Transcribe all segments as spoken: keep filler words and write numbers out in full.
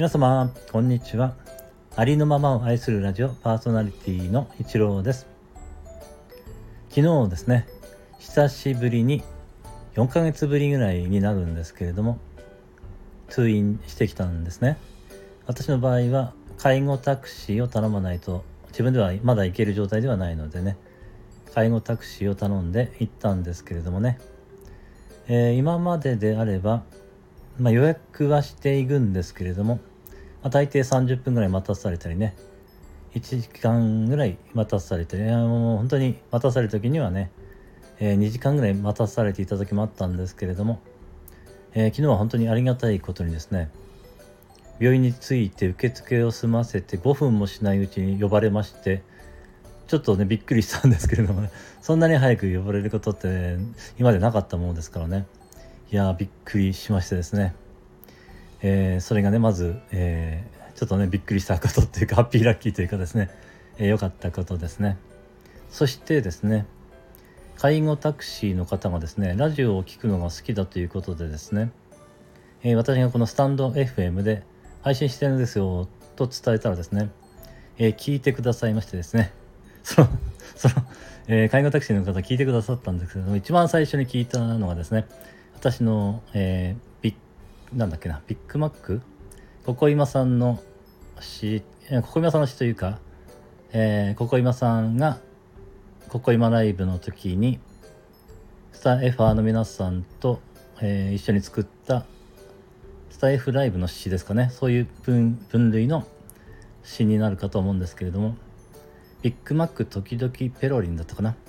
皆様こんにちは。ありのままを愛するラジオパーソナリティの一郎です。昨日ですね、久しぶりによんかげつぶりぐらいになるんですけれども通院してきたんですね。私の場合は介護タクシーを頼まないと自分ではまだ行ける状態ではないのでね、介護タクシーを頼んで行ったんですけれどもね、えー、今までであれば、まあ、予約はしていくんですけれども、まあ、大抵さんじゅっぷんぐらい待たされたりね、いちじかんぐらい待たされて、いやもう本当に待たされる時にはね、えー、にじかんぐらい待たされていた時もあったんですけれども、えー、昨日は本当にありがたいことにですね、病院に着いて受付を済ませてごふんもしないうちに呼ばれまして、ちょっとねびっくりしたんですけれどもね、そんなに早く呼ばれることって今までなかったものですからね、いやびっくりしましてですね、えー、それがねまず、えー、ちょっとねびっくりしたことっていうかハッピーラッキーというかですね、えー、良かったことですね。そしてですね、介護タクシーの方がですねラジオを聞くのが好きだということでですね、えー、私がこのスタンド エフエム で配信してるんですよと伝えたらですね、えー、聞いてくださいましてですね、そのその、えー、介護タクシーの方聞いてくださったんですけども、一番最初に聞いたのがですね、私の、えー、ビッなんだっけなビッグマックここ今さんの詩、ここ今さんの詩というか、えー、ここ今さんがここ今ライブの時にスタイファーの皆さんと、えー、一緒に作ったスタイフライブの詩ですかね、そういう 分, 分類の詩になるかと思うんですけれども、ビッグマック時々ペロリンだったかな、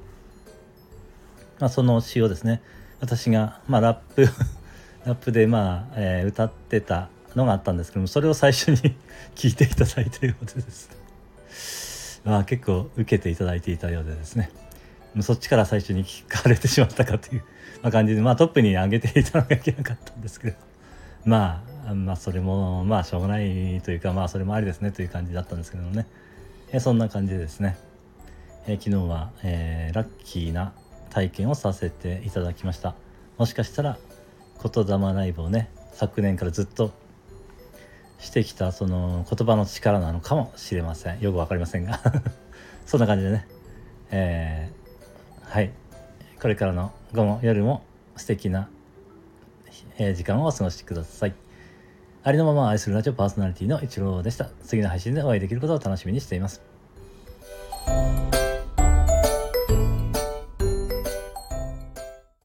まあ、その詩をですね私が、まあ、ラップラップで、まあえー、歌ってたのがあったんですけども、それを最初に聞いていただいているのでですね、まあ、結構受けていただいていたようでですね、そっちから最初に聞かれてしまったかという、まあ、感じで、まあ、トップに上げていたのがいけなかったんですけど、まあ、まあそれもまあしょうがないというか、まあそれもありですねという感じだったんですけどもね、えそんな感じでですね、え昨日は、えー、ラッキーな体験をさせていただきました。もしかしたら言霊ライブをね昨年からずっとしてきたその言葉の力なのかもしれません。よくわかりませんがそんな感じでね、えー、はいこれからの午後夜も素敵な、えー、時間をお過ごしください。ありのまま愛するラジオパーソナリティの一郎でした。次の配信でお会いできることを楽しみにしています。